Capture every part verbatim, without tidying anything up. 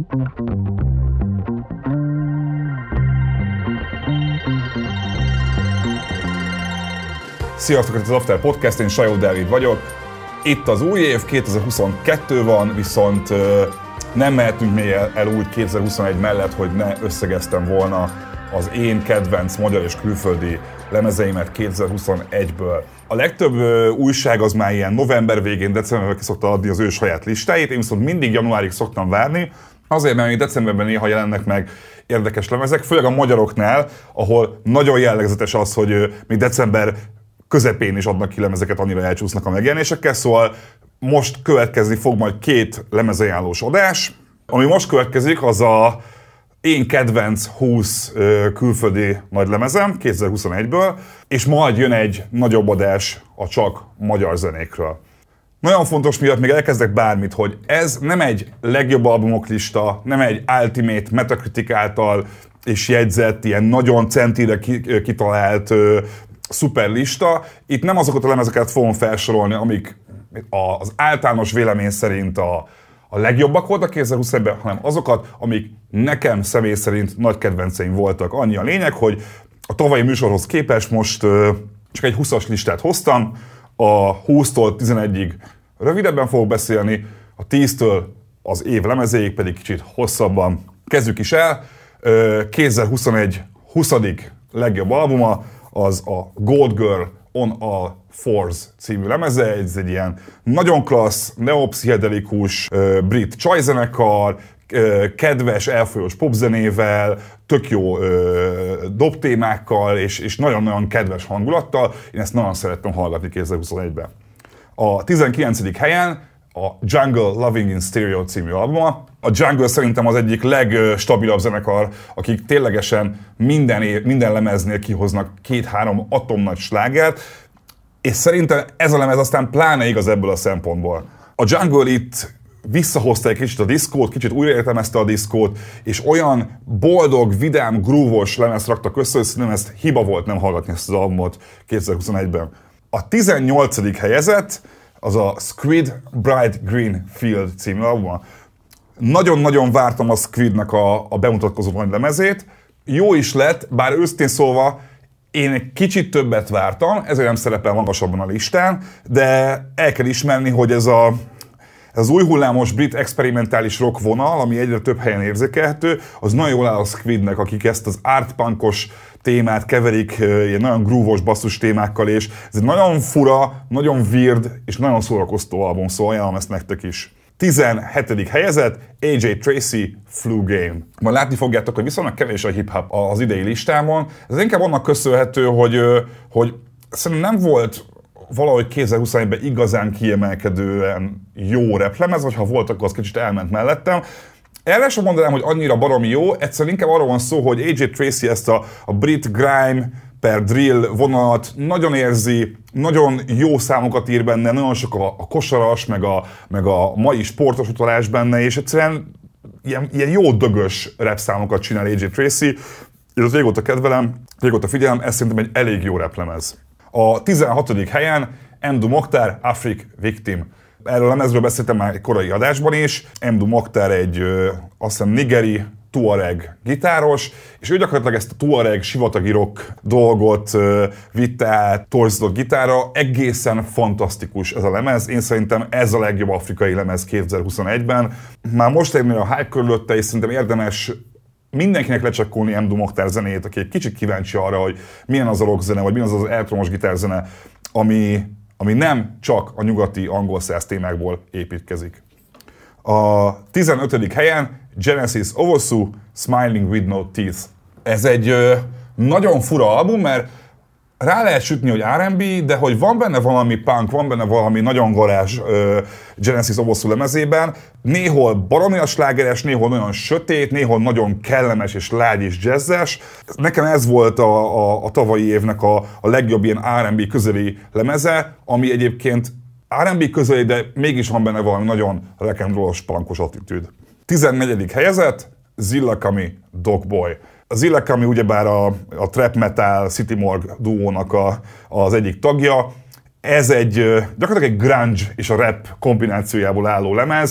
Sziasztok, ez az After Podcast, én Sajó Dávid vagyok. Itt az új év, kétezer-huszonkettő van, viszont uh, nem mehetünk még el, el úgy kétezer-huszonegy mellett, hogy ne összegeztem volna az én kedvenc magyar és külföldi lemezeimet kétezer-huszonegyből. A legtöbb uh, újság az már ilyen november végén, decemberben ki szokta adni az ő saját listáit, én viszont mindig januárig szoktam várni, azért, mert még decemberben néha jelennek meg érdekes lemezek, főleg a magyaroknál, ahol nagyon jellegzetes az, hogy uh, még december közepén is adnak ki lemezeket, annyira elcsúsznak a megjelenésekkel, szóval most következni fog majd két lemezajánlós adás. Ami most következik, az a én kedvenc húsz külföldi nagylemezem kétezer-huszonegyből, és majd jön egy nagyobb adás a csak magyar zenékről. Nagyon fontos miatt még elkezdek bármit, hogy ez nem egy legjobb albumok lista, nem egy Ultimate Metacritic által és jegyzett, ilyen nagyon centire kitalált szuper lista. Itt nem azokat a lemezeket fogom felsorolni, amik az általános vélemény szerint a, a legjobbak voltak kétezer-huszonegyben, hanem azokat, amik nekem személy szerint nagy kedvenceim voltak. Annyi a lényeg, hogy a tavalyi műsorhoz képest most uh, csak egy húszas listát hoztam, a húsztól tizenegyig rövidebben fogok beszélni, a tíztől az év lemezéig pedig kicsit hosszabban. Kezdjük is el. Uh, kétezer-huszonegy huszadik legjobb albuma, az a Gold Girl on All Fours című lemeze, ez egy ilyen nagyon klassz, neopszichedelikus uh, brit csajzenekar, uh, kedves, elfolyós popzenével, tök jó uh, dobtémákkal, és, és nagyon-nagyon kedves hangulattal. Én ezt nagyon szerettem hallgatni kétezer-huszonegyben. A tizenkilencedik helyen a Jungle Loving in Stereo című albuma. A Jungle szerintem az egyik legstabilabb zenekar, akik ténylegesen minden, év, minden lemeznél kihoznak két-három atomnagy slágert, és szerintem ez a lemez aztán pláne igaz ebből a szempontból. A Jungle itt visszahozta egy kicsit a diszkót, kicsit újraértelmezte a diszkót, és olyan boldog, vidám, grúvos lemezt raktak össze, hogy szerintem ezt hiba volt nem hallgatni ezt az albumot kétezer-huszonegyben. A tizennyolcadik helyezett az a Squid Bright Green Field című albuma. Nagyon-nagyon vártam a Squidnek a, a bemutatkozó nagy lemezét. Jó is lett, bár őszintén szólva én egy kicsit többet vártam, ezért nem szerepel magasabban a listán, de el kell ismerni, hogy ez, a, ez az új hullámos brit experimentális rock vonal, ami egyre több helyen érzékelhető, az nagyon jól áll a Squidnek, akik ezt az artpunkos témát keverik, ilyen nagyon groove-os basszus témákkal, és ez egy nagyon fura, nagyon weird és nagyon szórakoztó album, szóval ajánlom ezt nektek is. tizenhetedik helyezett, á jé Tracey, Flu Game. Majd látni fogjátok, hogy viszonylag kevés a hip-hop az idei listámon. Ez inkább annak köszönhető, hogy, hogy szerintem nem volt valahogy kétezer-huszonegyben igazán kiemelkedően jó raplemez, vagy ha volt, akkor az kicsit elment mellettem. Erre sem mondanám, hogy annyira baromi jó, egyszerűen inkább arról van szó, hogy á jé Tracey ezt a, a brit grime per drill vonalat nagyon érzi, nagyon jó számokat ír benne, nagyon sok a, a kosaras, meg a, meg a mai sportos utalás benne, és egyszerűen ilyen, ilyen jó dögös rap számokat csinál á jé Tracey. Én az régóta kedvelem, régóta figyelem, ez szerintem egy elég jó raplemez. A tizenhatodik helyen Mdou Moctar, Afrique Victim. Erről a lemezről beszéltem már egy korai adásban is. Mdou Moctar egy ö, azt hiszem nigeri tuareg gitáros, és ő gyakorlatilag ezt a tuareg sivatagi rock dolgot ö, vitte át torzított gitárra. Egészen fantasztikus ez a lemez. Én szerintem ez a legjobb afrikai lemez kétezer-huszonegyben. Már most érni a hype körülötte, és szerintem érdemes mindenkinek lecsekkolni Mdou Moctar zenét, aki egy kicsit kíváncsi arra, hogy milyen az a rock zene, vagy milyen az az elektromos gitárzene, ami ami nem csak a nyugati angol száz témákból építkezik. A tizenötödik helyen Genesis Owusu, Smiling with No Teeth. Ez egy ö, nagyon fura album, mert rá lehet sütni, hogy er and bé, de hogy van benne valami punk, van benne valami nagyon garázs ö, Genesis Owusu lemezében, néhol baromi slágeres, néhol nagyon sötét, néhol nagyon kellemes és lágy és jazzes. Nekem ez volt a, a, a tavalyi évnek a, a legjobb ilyen er and bé közeli lemeze, ami egyébként er and bé közeli, de mégis van benne valami nagyon rock and roll-os punkos attitűd. tizennegyedik helyezett, Zilla Kami, Dogboy. A Zilla Kami ugyebár a, a trap metal City Morgue duónak a, az egyik tagja. Ez egy gyakorlatilag egy grunge és a rap kombinációjából álló lemez.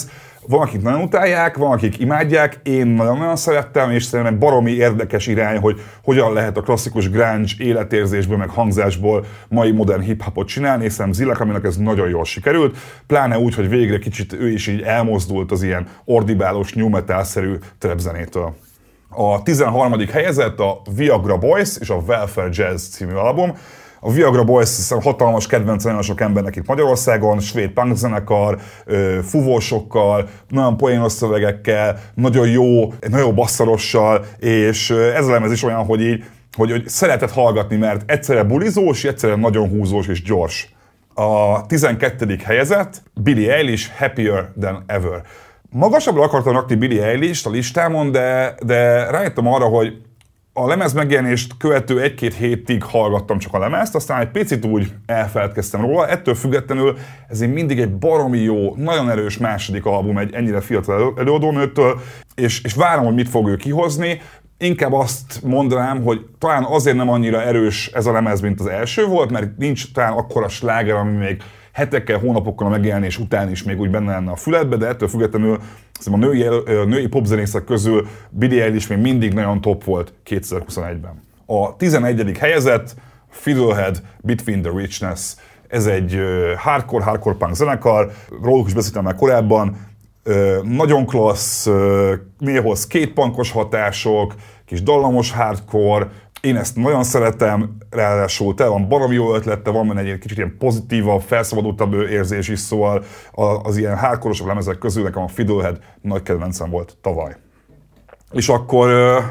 Van, akik nagyon utálják, van, akik imádják, én nagyon-nagyon szerettem, és szerintem baromi érdekes irány, hogy hogyan lehet a klasszikus grunge életérzésből, meg hangzásból mai modern hip-hopot csinálni, és szerintem Zilla Kaminak ez nagyon jól sikerült, pláne úgy, hogy végre kicsit ő is így elmozdult az ilyen ordibálós new metal-szerű trap zenétől. A tizenharmadik helyezett a Viagra Boys és a Welfare Jazz című album. A Viagra Boys hatalmas kedvenc nagyon sok embernek itt Magyarországon, svéd punk zenekar, fuvósokkal, nagyon poénos szövegekkel, nagyon jó, nagyon jó basszarossal, és ez a lemez is olyan, hogy így, hogy, hogy szeretett hallgatni, mert egyszerre bulizós, egyszerre nagyon húzós és gyors. A tizenkettedik helyezett Billie Eilish, Happier Than Ever. Magasabbra akartam rakni Billie Eilish-t a listámon, de, de rájöttem arra, hogy a lemez megjelenést követő egy-két hétig hallgattam csak a lemezt, aztán egy picit úgy elfeledkeztem róla, ettől függetlenül ez még mindig egy baromi jó, nagyon erős második album egy ennyire fiatal előadónőtől, és, és várom, hogy mit fog ő kihozni. Inkább azt mondanám, hogy talán azért nem annyira erős ez a lemez, mint az első volt, mert nincs talán akkora sláger, ami még hetekkel, hónapokkal a megjelenés után is még úgy benne lenne a füledbe, de ettől függetlenül a női, női popzenészek közül Billie Eilish még mindig nagyon top volt kétezer-huszonegyben. A tizenegyedik helyezett Fiddlehead, Between the Richness. Ez egy hardcore, hardcore punk zenekar, róluk is beszéltem már korábban. Nagyon klassz, néhol skatepunkos hatások, kis dallamos hardcore. Én ezt nagyon szeretem, ráadásul tele van baromi jó ötlete, van benne egy kicsit ilyen pozitívabb, felszabadultabb érzés is, szóval az ilyen hardcore-osabb lemezek közül nekem a Fiddlehead nagy kedvencem volt tavaly. És akkor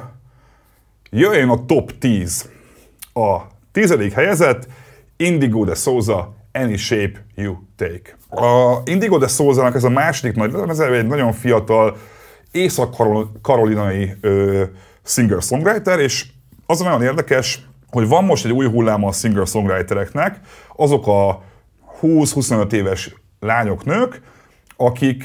jöjjön a top tíz. A tizedik helyezett Indigo de Souza, Any Shape You Take. A Indigo de Souza-nak ez a második nagy lemeze, egy nagyon fiatal észak-karolinai singer-songwriter, és az nagyon érdekes, hogy van most egy új hulláma a singer-songwritereknek, azok a húsz-huszonöt éves lányok, nők, akik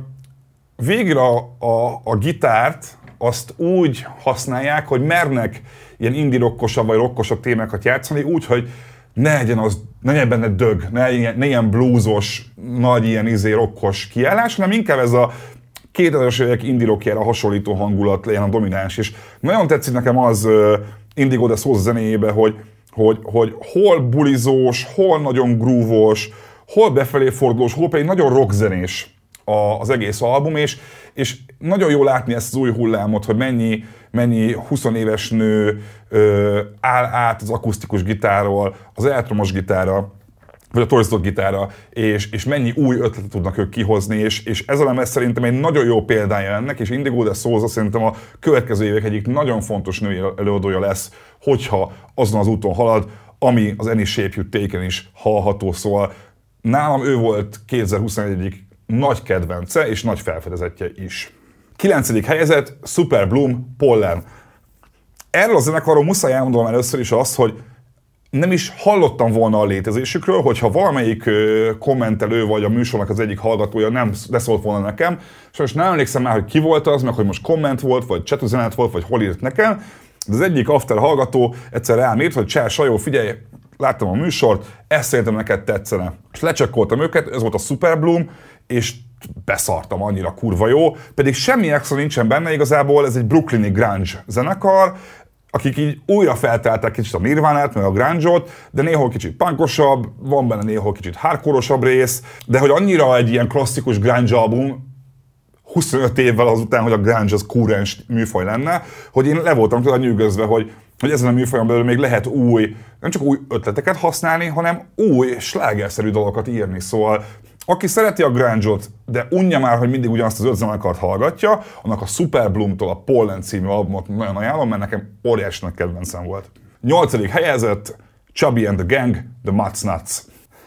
végre a, a, a gitárt azt úgy használják, hogy mernek ilyen indie rockosabb vagy rockosabb témákat játszani, úgy, hogy ne legyen, az, ne legyen benne dög, ne, ne ilyen bluesos, nagy ilyen izé rockos kiállás, hanem inkább ez a kétezres évek indie rockjára hasonlító hangulat legyen a domináns. És nagyon tetszik nekem az uh, Indigo de Souza zenéjébe, hogy, hogy, hogy hol bulizós, hol nagyon groove-os, hol befelé fordulós, hol pedig nagyon rockzenés az egész album, és, és nagyon jó látni ezt az új hullámot, hogy mennyi, mennyi húsz éves nő ö, áll át az akusztikus gitárról, az elektromos gitárra, vagy a torzított gitárra, és, és mennyi új ötletet tudnak ők kihozni, és, és ez a lemez szerintem egy nagyon jó példája ennek, és Indigo de Souza szerintem a következő évek egyik nagyon fontos női előadója lesz, hogyha azon az úton halad, ami az Any Shape You Take-en is hallható, szóval nálam ő volt kétezer-huszonegy egyik nagy kedvence és nagy felfedezetje is. kilencedik helyezett Super Bloom, Pollen. Erről a zenekarról muszáj elmondanom először is azt, hogy nem is hallottam volna a létezésükről, hogyha valamelyik kommentelő vagy a műsornak az egyik hallgatója nem beszólt volna nekem, és most nem emlékszem már, hogy ki volt az, meg hogy most komment volt, vagy chatüzenet volt, vagy hol írt nekem, de az egyik after hallgató egyszer rám írt, hogy Csár Sajó, figyelj, láttam a műsort, ezt szerintem neked tetszene. És lecsekkoltam őket, ez volt a Super Bloom, és beszartam, annyira kurva jó, pedig semmi extra nincsen benne igazából, ez egy brooklyni grunge zenekar, akik így újra felteltek kicsit a Nirvánát, meg a grunge-ot, de néhol kicsit punkosabb, van benne néhol kicsit hardcore-osabb rész, de hogy annyira egy ilyen klasszikus grunge album, huszonöt évvel azután, hogy a grunge az kúrens műfaj lenne, hogy én le voltam tőle nyűgözve, hogy, hogy ezen a műfajon belül még lehet új, nem csak új ötleteket használni, hanem új, slágerszerű dolgokat írni, szóval aki szereti a grunge-ot, de unja már, hogy mindig ugyanazt az öt zenekart hallgatja, annak a Super Bloom-tól a Pollen című albumot nagyon ajánlom, mert nekem óriási nagy kedvencem volt. Nyolcadik helyezett Chubby and the Gang, The Mutts Nuts.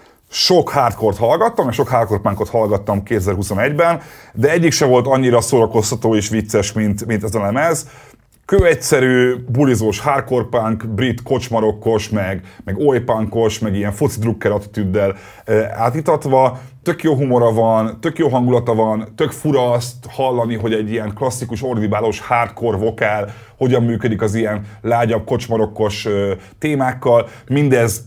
Sok hardcore-t hallgattam, és sok hardcore punkot hallgattam kétezer-huszonegyben, de egyik se volt annyira szórakoztató és vicces, mint, mint ez a lemez. Kőegyszerű, bulizós hardcore punk, brit kocsmarokkos, meg, meg olypunkos, meg ilyen foci drukker attitűddel e, átítatva. Tök jó humora van, tök jó hangulata van, tök fura azt hallani, hogy egy ilyen klasszikus ordibálós hardcore vokál hogyan működik az ilyen lágyabb kocsmarokkos e, témákkal. Mindez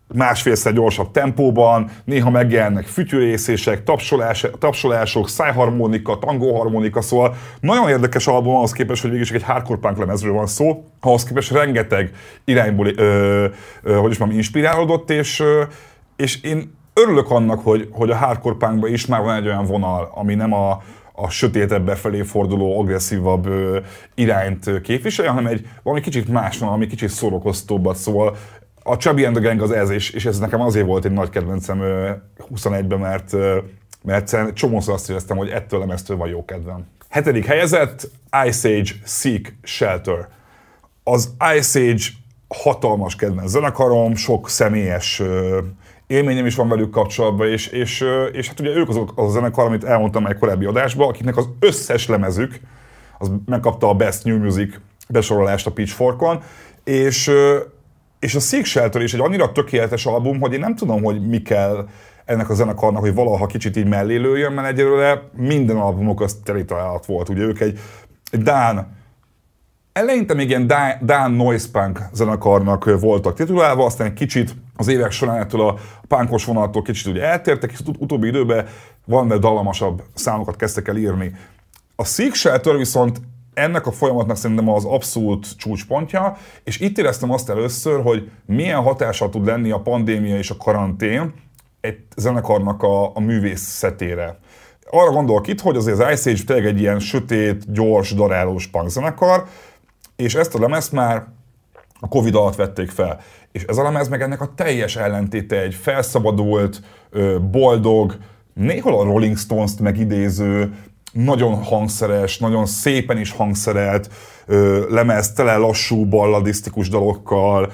másfélszer gyorsabb tempóban, néha megjelennek fütyülészések, tapsolás, tapsolások, szájharmonika, tangóharmonika, szóval nagyon érdekes album ahhoz képest, hogy végig egy hardcore punk lemezről van szó, ahhoz képest rengeteg irányból ö, ö, hogy is mondjam, inspirálódott, és, ö, és én örülök annak, hogy, hogy a hardcore punkban is már van egy olyan vonal, ami nem a a sötétebb befelé forduló, agresszívabb ö, irányt képviselje, hanem egy valami kicsit más van, ami kicsit szórakoztóbbat, szóval a Chubby and the Gang az ez, és, és ez nekem azért volt egy nagy kedvencem ö, huszonegyben, mert, ö, mert csomószor azt éreztem, hogy ettől lemeztől van jó kedvem. Hetedik helyezett, Ice Age, Seek, Shelter. Az Ice Age hatalmas kedvenc zenekarom, sok személyes ö, élményem is van velük kapcsolatban, és, és, és hát ugye ők azok az a zenekar, amit elmondtam egy korábbi adásban, akiknek az összes lemezük, az megkapta a Best New Music besorolást a Pitchforkon, és, és a Seek Shelter is egy annyira tökéletes album, hogy én nem tudom, hogy mi kell ennek a zenekarnak, hogy valaha kicsit így mellé lőjön, mert egyelőre minden albumok az teli találat volt. Ugye ők egy, egy dán, eleinte még ilyen dán, dán noise punk zenekarnak voltak titulálva, aztán egy kicsit az évek során ettől a punkos vonaltól kicsit ugye eltértek, és ut- utóbbi időben valami dallamasabb számokat kezdtek el írni. A Seek Shelter viszont ennek a folyamatnak szerintem az abszolút csúcspontja, és itt éreztem azt először, hogy milyen hatással tud lenni a pandémia és a karantén egy zenekarnak a, a művészetére. Arra gondolok itt, hogy azért az Ice Age tényleg egy ilyen sötét, gyors, darálós punk zenekar, és ezt a lemezt már a Covid alatt vették fel. És ez a lemez meg ennek a teljes ellentéte, egy felszabadult, boldog, néhol a Rolling Stones-t megidéző, nagyon hangszeres, nagyon szépen is hangszerelt lemez, tele lassú, balladisztikus dalokkal,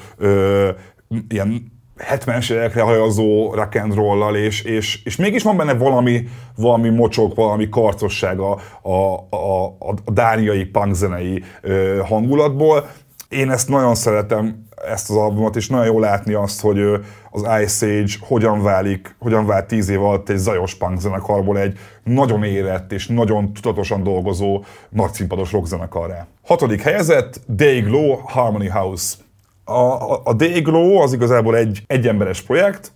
ilyen hetvenes évekre hajazó rock and roll-lal, és, és, és mégis van benne valami, valami mocsok, valami karcosság a, a, a, a dániai punkzenei hangulatból. Én ezt nagyon szeretem, ezt az albumot, és nagyon jó látni azt, hogy az Ice Age hogyan válik, hogyan vált tíz év alatt egy zajos punk zenekarból egy nagyon érett és nagyon tudatosan dolgozó, nagyszínpados rockzenekarrá. Hatodik helyezett, Dayglow, Harmony House. A, a, a Dayglow az igazából egy egyemberes projekt,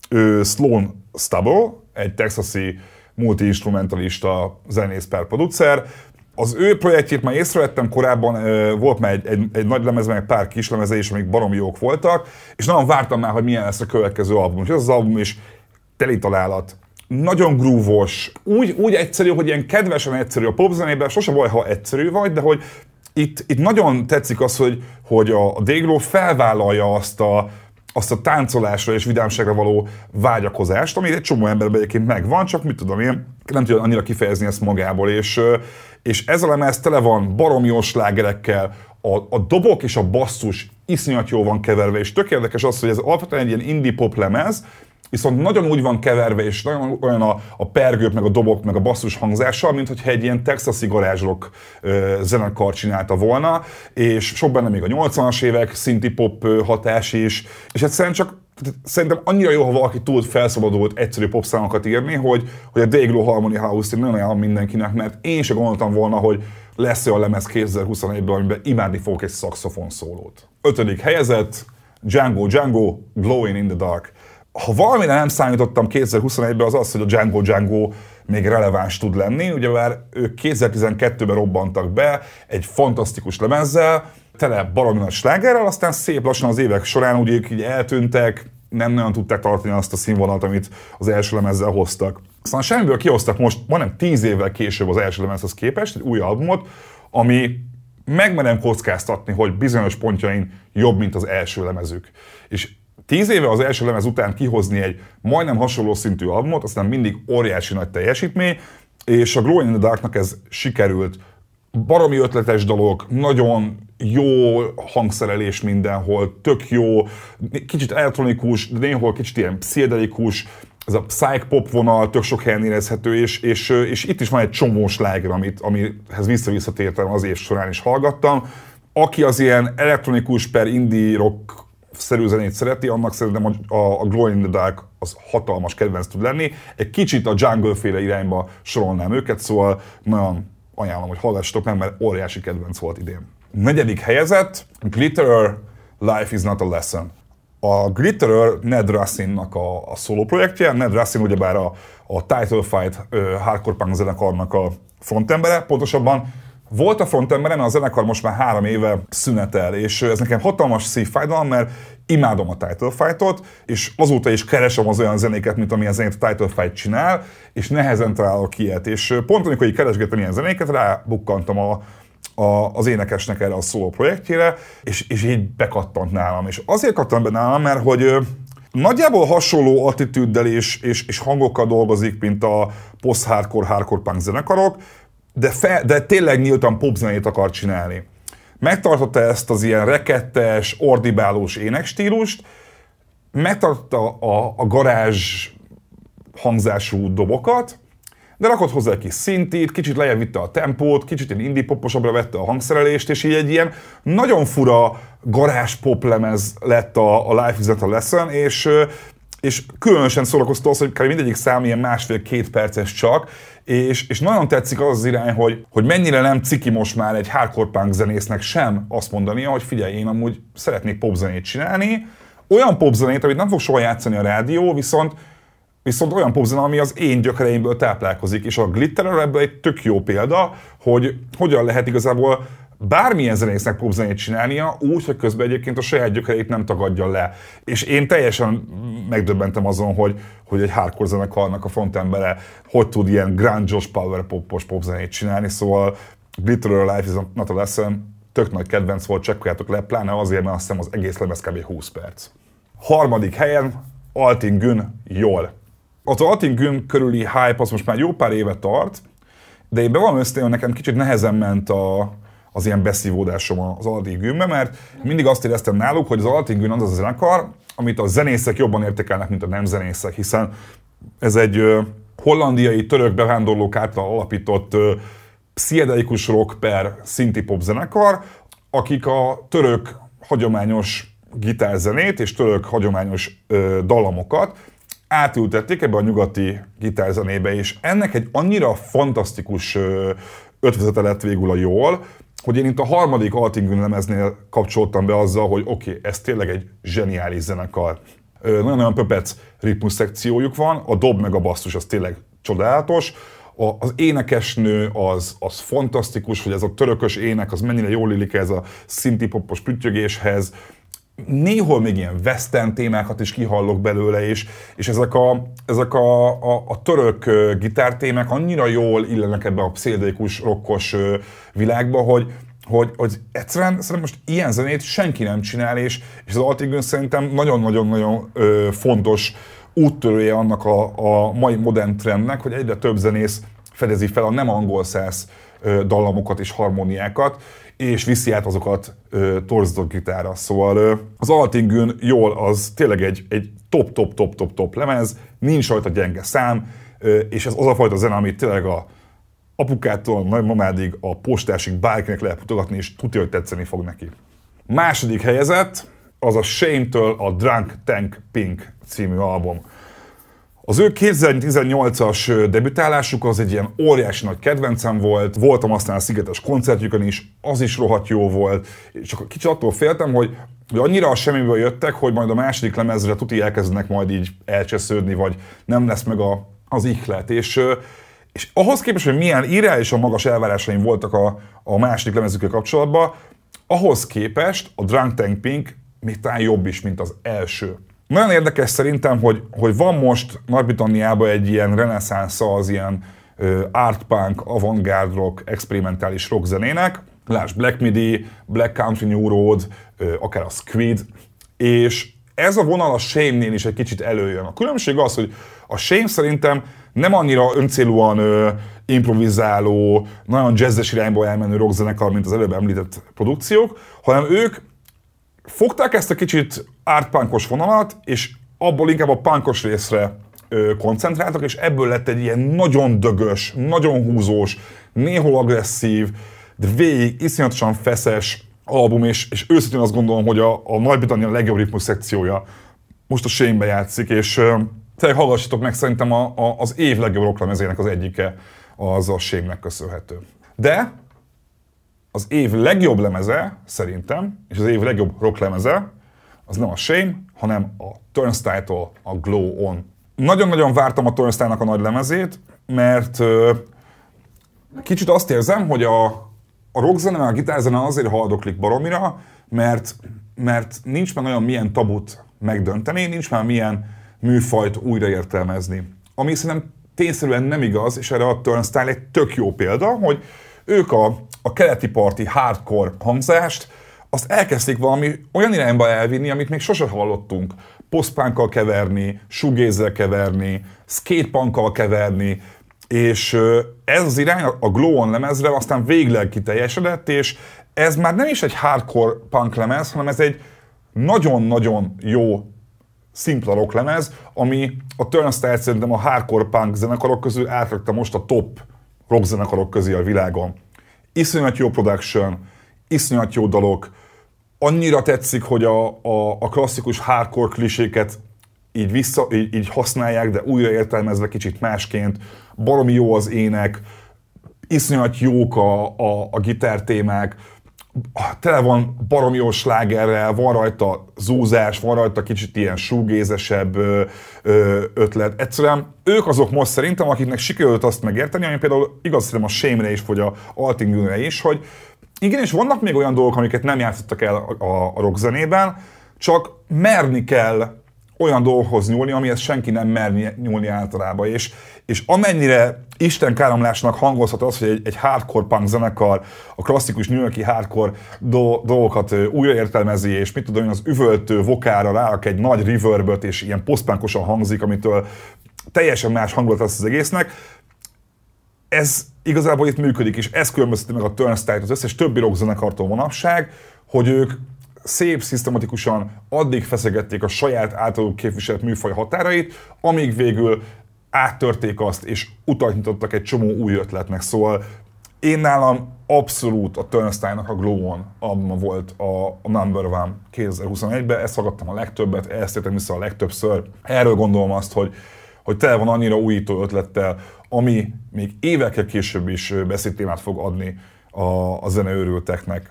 ő Sloan Stubble, egy texasi multi-instrumentalista zenész per producer. Az ő projektjét már észrevettem korábban, volt már egy, egy, egy nagy lemez, meg egy pár kis lemeze is, amik baromi jók voltak, és nagyon vártam már, hogy milyen lesz a következő album. És ez az album is teli találat. Nagyon groove-os, úgy, úgy egyszerű, hogy ilyen kedvesen egyszerű a popzenében, sose baj, ha egyszerű vagy, de hogy itt, itt nagyon tetszik az, hogy, hogy a Dayglow felvállalja azt a, azt a táncolásra és vidámságra való vágyakozást, ami egy csomó emberben egyébként megvan, csak mit tudom én, nem tudja annyira kifejezni ezt magából, és, és ez a lemez tele van baromi jó slágerekkel, a, a dobok és a basszus iszonyat jól van keverve, és tök érdekes az, hogy ez alapvetően egy ilyen indie pop lemez, viszont nagyon úgy van keverve, és nagyon olyan a, a pergők, meg a dobok, meg a basszus hangzással, mint hogyha egy ilyen texasi garázsrock zenekar csinálta volna, és sok benne még a nyolcvanas évek szinti pop ö, hatás is, és egyszerűen csak szerintem annyira jó, ha valaki tud felszabadult, egyszerű popszámokat írni, hogy, hogy a Dayglow Harmony House-t én nagyon ajánlom mindenkinek, mert én sem gondoltam volna, hogy lesz olyan lemez kétezer-huszonegyben, amiben imádni fogok egy szaxofon szólót. Ötödik helyezett, Django Django, Glowing in the Dark. Ha valamire nem számítottam kétezer-huszonegyben, az az, hogy a Django Django még releváns tud lenni. Ugye már ők kétezer-tizenkettőben robbantak be egy fantasztikus lemezzel, tele baromi nagy slágerrel, aztán szép lassan az évek során úgy ők így eltűntek, nem nagyon tudták tartani azt a színvonalat, amit az első lemezzel hoztak. Aztán semmiből kihoztak most, majdnem tíz évvel később az első lemezhez képest egy új albumot, ami megmerem kockáztatni, hogy bizonyos pontjain jobb, mint az első lemezük. És tíz éve az első lemez után kihozni egy majdnem hasonló szintű albumot, aztán mindig óriási nagy teljesítmény, és a Glow in the Darknak ez sikerült. Baromi ötletes dolog, nagyon jó hangszerelés mindenhol, tök jó, kicsit elektronikus, de néhol kicsit ilyen pszichedelikus, ez a psych pop vonal tök sok helyen érezhető, és, és, és itt is van egy csomó sláger, amit, amihez vissza-visszatértem az év során is hallgattam. Aki az ilyen elektronikus per indie rock szerű zenét szereti, annak szerintem a, a Glow in the Dark az hatalmas kedvenc tud lenni. Egy kicsit a Jungle-féle irányba sorolnám őket, szóval nagyon ajánlom, hogy hallgassatok meg, mert óriási kedvenc volt idén. Negyedik helyezett, Glitter, Life is not a lesson. A Glitterer Ned Russin-nak a, a szóló projektje. Ned Russin ugyebár a, a Title Fight uh, hardcore punk zenekarnak a frontembere, pontosabban volt a frontembere, mert a zenekar most már három éve szünetel, és ez nekem hatalmas szívfájdalom, mert imádom a Title Fight-ot, és azóta is keresem az olyan zenéket, mint amilyen zenét a Title Fight csinál, és nehezen találok ilyet. És pont amikor így keresgettem ilyen zenéket, rábukkantam a, a, az énekesnek erre a szóló projektjére, és, és így bekattant nálam. És azért kattant be nálam, mert hogy nagyjából hasonló attitűddel és, és, és hangokkal dolgozik, mint a post-hardcore, hardcore punk zenekarok, de, fe, de tényleg nyíltan popzenét akar csinálni. Megtartotta ezt az ilyen rekettes, ordibálós énekstílust, megtartotta a, a garázs hangzású dobokat, de rakott hozzá egy kis szintit, kicsit lejjebb vitte a tempót, kicsit ilyen indie poposabbra vette a hangszerelést, és így egy ilyen nagyon fura garázs pop lemez lett a, a Life Isn't a Lesson, és, és különösen szórakoztató az, hogy kb. Mindegyik szám ilyen másfél-két perces csak, és, és nagyon tetszik az az irány, hogy, hogy mennyire nem ciki most már egy hardcore punk zenésznek sem azt mondania, hogy figyelj, én amúgy szeretnék popzenét csinálni, olyan popzenét, amit nem fog soha játszani a rádió, viszont Viszont olyan popzene, ami az én gyökereimből táplálkozik, és a Glitterer ebből egy tök jó példa, hogy hogyan lehet igazából bármilyen zenésznek popzenét csinálnia, úgy, hogy közben egyébként a saját gyökereit nem tagadja le. És én teljesen megdöbbentem azon, hogy, hogy egy hardcore zenekarnak a frontembere hogy tud ilyen grunge-os, power pop-os popzenét csinálni, szóval Glitterer Life is not a Lesson tök nagy kedvenc volt, csekkoljátok le, pláne azért, mert azt hiszem az egész lemez kb. húsz perc. Harmadik helyen Altin Gün Jól. Az Altin Gün körüli hype az most már jó pár éve tart, de én bevallom őszintén, hogy nekem kicsit nehezen ment a, az ilyen beszívódásom az Altin Günbe, mert mindig azt éreztem náluk, hogy az Altin Gün az a zenekar, amit a zenészek jobban értékelnek, mint a nem zenészek, hiszen ez egy ö, hollandiai török bevándorlók által alapított ö, pszichedelikus rock per szinti pop zenekar, akik a török hagyományos gitárzenét és török hagyományos ö, dallamokat átültették ebbe a nyugati gitárzenébe, és ennek egy annyira fantasztikus ötvezete lett végül a Jól, hogy én itt a harmadik Altin Gün lemeznél kapcsoltam be azzal, hogy oké, okay, ez tényleg egy zseniális zenekar. Nagyon-nagyon pöpec ritmus szekciójuk van, a dob meg a basszus az tényleg csodálatos, az énekesnő az, az fantasztikus, hogy ez a törökös ének, az mennyire jól illik ez a szinti-popos püttyögéshez. Néhol még ilyen western témákat is kihallok belőle, és, és ezek, a, ezek a, a, a török gitártémák annyira jól illenek ebbe a pszichedelikus, rockos világba, hogy, hogy, hogy egyszerűen szerintem most ilyen zenét senki nem csinál, és, és az Altin Gün szerintem nagyon-nagyon-nagyon fontos úttörője annak a, a mai modern trendnek, hogy egyre több zenész fedezi fel a nem angol száz dallamokat és harmóniákat, és viszi át azokat ö, torzított gitárra. Szóval ö, az Altin Gün Jól az tényleg egy, egy top-top-top-top-top lemez, nincs rajta gyenge szám, ö, és ez az a fajta zene, amit tényleg a apukától a nagymamádig, a postásig bárkinek lehet mutogatni, és tudja, hogy tetszeni fog neki. Második helyezett az a Shame-től a Drunk Tank Pink című album. Az ő kétezer-tizennyolcas debütálásuk az egy ilyen óriási nagy kedvencem volt, voltam aztán a Szigetes koncertjükön is, az is rohadt jó volt, és csak kicsit attól féltem, hogy, hogy annyira a semmiből jöttek, hogy majd a második lemezre tuti elkezdenek majd így elcsesződni, vagy nem lesz meg a, az ihlet. És, és ahhoz képest, hogy milyen irreálisan magas elvárásaim voltak a, a második lemezükkel kapcsolatban, ahhoz képest a Drunk Tank Pink még talán jobb is, mint az első. Nagyon érdekes szerintem, hogy, hogy van most Nagy-Britanniában egy ilyen reneszánsza az ilyen uh, art punk, avantgárd rock, experimentális rock zenének. Lásd Black Midi, Black Country New Road, uh, akár a Squid, és ez a vonal a Shame-nél is egy kicsit előjön. A különbség az, hogy a Shame szerintem nem annyira öncélúan uh, improvizáló, nagyon jazzes irányba elmenő rockzenekar, mint az előbb említett produkciók, hanem ők fogták ezt a kicsit art-punkos vonalat, és abból inkább a punkos részre ö, koncentráltak, és ebből lett egy ilyen nagyon dögös, nagyon húzós, néhol agresszív, de végig iszonyatosan feszes album, és, és őszintén azt gondolom, hogy a, a Nagy-Britannia legjobb ritmus szekciója most a Shame-be játszik, és ö, tényleg hallgassatok meg, szerintem a, a, az év legjobb rocklemezének az egyike az a Shame-nek köszönhető. De az év legjobb lemeze, szerintem, és az év legjobb rocklemeze, az nem a Shame, hanem a Turnstile-tól a Glow On. Nagyon-nagyon vártam a Turnstile-nak a nagy lemezét, mert uh, kicsit azt érzem, hogy a, a rockzene, a gitárzene azért haldoklik baromira, mert, mert nincs már olyan milyen tabut megdönteni, nincs már milyen műfajt újraértelmezni. Ami szerintem tényszerűen nem igaz, és erre a Turnstile egy tök jó példa, hogy ők a, a keleti parti hardcore hangzást, azt elkezdték valami olyan irányba elvinni, amit még sose hallottunk. Post-punkkal keverni, shoegaze-zel keverni, skatepunkkal keverni, és ez az irány a Glow On lemezre aztán végleg kiteljesedett, és ez már nem is egy hardcore punk lemez, hanem ez egy nagyon-nagyon jó szimpla rock lemez, ami a Turnstile szerintem a hardcore punk zenekarok közül átrakta most a top rock zenekarok közé a világon. Iszonyat jó production, iszonyat jó dalok, annyira tetszik, hogy a, a, a klasszikus hardcore kliséket így, vissza, így, így használják, de újra értelmezve kicsit másként. Baromi jó az ének, iszonyat jók a, a, a gitártémák, tele van baromi jó slágerrel, van rajta zúzás, van rajta kicsit ilyen shoegaze-esebb ötlet. Egyszerűen ők azok most szerintem, akiknek sikerült azt megérteni, ami például igaz szerintem a Shame-re is, vagy a Altingune-re is, hogy igenis vannak még olyan dolgok, amiket nem játszottak el a, a, a rockzenében, csak merni kell olyan dolgokhoz nyúlni, amihez senki nem mer nyúlni általában. És, és amennyire istenkáromlásnak hangozhat az, hogy egy, egy hardcore punk zenekar a klasszikus New York-i hardcore do, dolgokat újraértelmezi, és mit tudom, az üvöltő vokára rárak egy nagy reverböt, és ilyen post-punkosan hangzik, amitől teljesen más hangulat lesz az egésznek. Ez igazából itt működik, és ez különbözteti meg a Turnstile-t az összes többi rockzenekartól manapság, hogy ők szép, szisztematikusan addig feszegették a saját általuk képviselt műfaj határait, amíg végül áttörték azt, és utat nyitottak egy csomó új ötletnek. Szóval én nálam abszolút a Turnstile-nak a Glow On albuma volt a, a number one kétezer-huszonegyben, ezt hallgattam a legtöbbet, ezt értem vissza a legtöbbször. Erről gondolom azt, hogy, hogy tele van annyira újító ötlettel, ami még évekkel később is beszédtémát fog adni a, a zeneőrülteknek.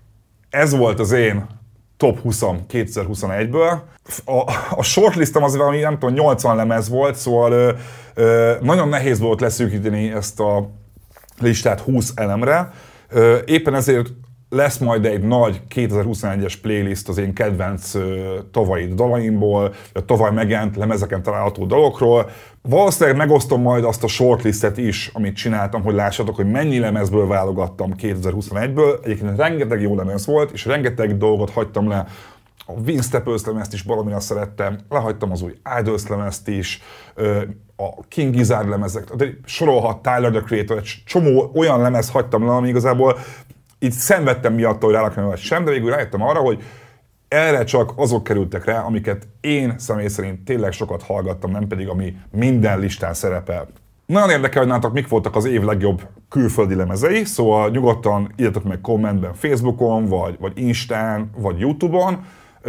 Ez volt az én top húszam kétezer-huszonegyből. A, a shortlistem az valami, nem tudom, nyolcvan lemez volt, szóval ö, ö, nagyon nehéz volt leszűkíteni ezt a listát húsz elemre. Ö, éppen ezért lesz majd egy nagy kétezer-huszonegyes playlist az én kedvenc ö, tavalyi dalaimból, a tavaly megjelent lemezeken található dalokról. Valószínűleg megosztom majd azt a shortlistet is, amit csináltam, hogy lássatok, hogy mennyi lemezből válogattam kétezer-huszonegyből. Egyébként rengeteg jó lemez volt, és rengeteg dolgot hagytam le. A Vince Staples lemezt is valamire szerettem, lehagytam az új Idols lemezt is, a King Gizzard lemezek, de sorolhat Tyler the Creator, egy csomó olyan lemez hagytam le, ami igazából így szenvedtem miatt, hogy rárakni vagy sem, de végül rájöttem arra, hogy erre csak azok kerültek rá, amiket én személy szerint tényleg sokat hallgattam, nem pedig ami minden listán szerepel. Nagyon érdekel, hogy nálatok mik voltak az év legjobb külföldi lemezei, szóval nyugodtan írjatok meg kommentben Facebookon, vagy, vagy Instán, vagy YouTube-on.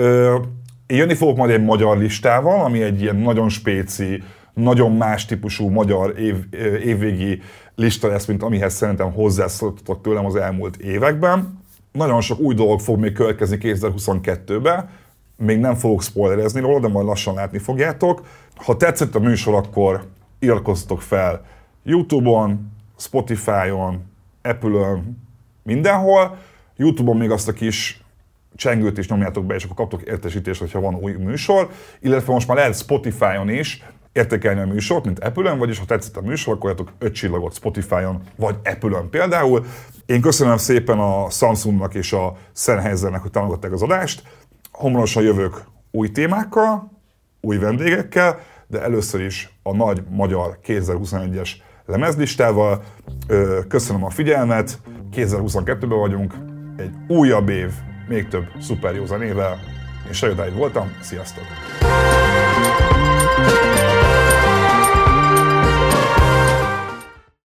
Én jönni fogok majd egy magyar listával, ami egy ilyen nagyon spéci, nagyon más típusú magyar év, évvégi lista lesz, mint amihez szerintem hozzászoktatok tőlem az elmúlt években. Nagyon sok új dolog fog még következni kétezer-huszonkettőben, még nem fogok spoilerezni róla, de majd lassan látni fogjátok. Ha tetszett a műsor, akkor iratkozzatok fel YouTube-on, Spotify-on, Apple-ön, mindenhol. YouTube-on még azt a kis csengőt is nyomjátok be, és akkor kaptok értesítést, hogyha van új műsor. Illetve most már lehet Spotify-on is értékelni a műsort, mint Apple-ön, vagyis ha tetszett a műsor, akkor adjatok öt csillagot Spotify-on, vagy Apple-ön például. Én köszönöm szépen a Samsungnak és a Sennheisernek, hogy támogatták az adást. Hamarosan jövök új témákkal, új vendégekkel, de először is a nagy magyar kétezer-huszonegyes lemezlistával. Köszönöm a figyelmet, kétezer-huszonkettőben vagyunk, egy újabb év, még több szuper jó zenével. Én Sajo Dávid voltam, sziasztok!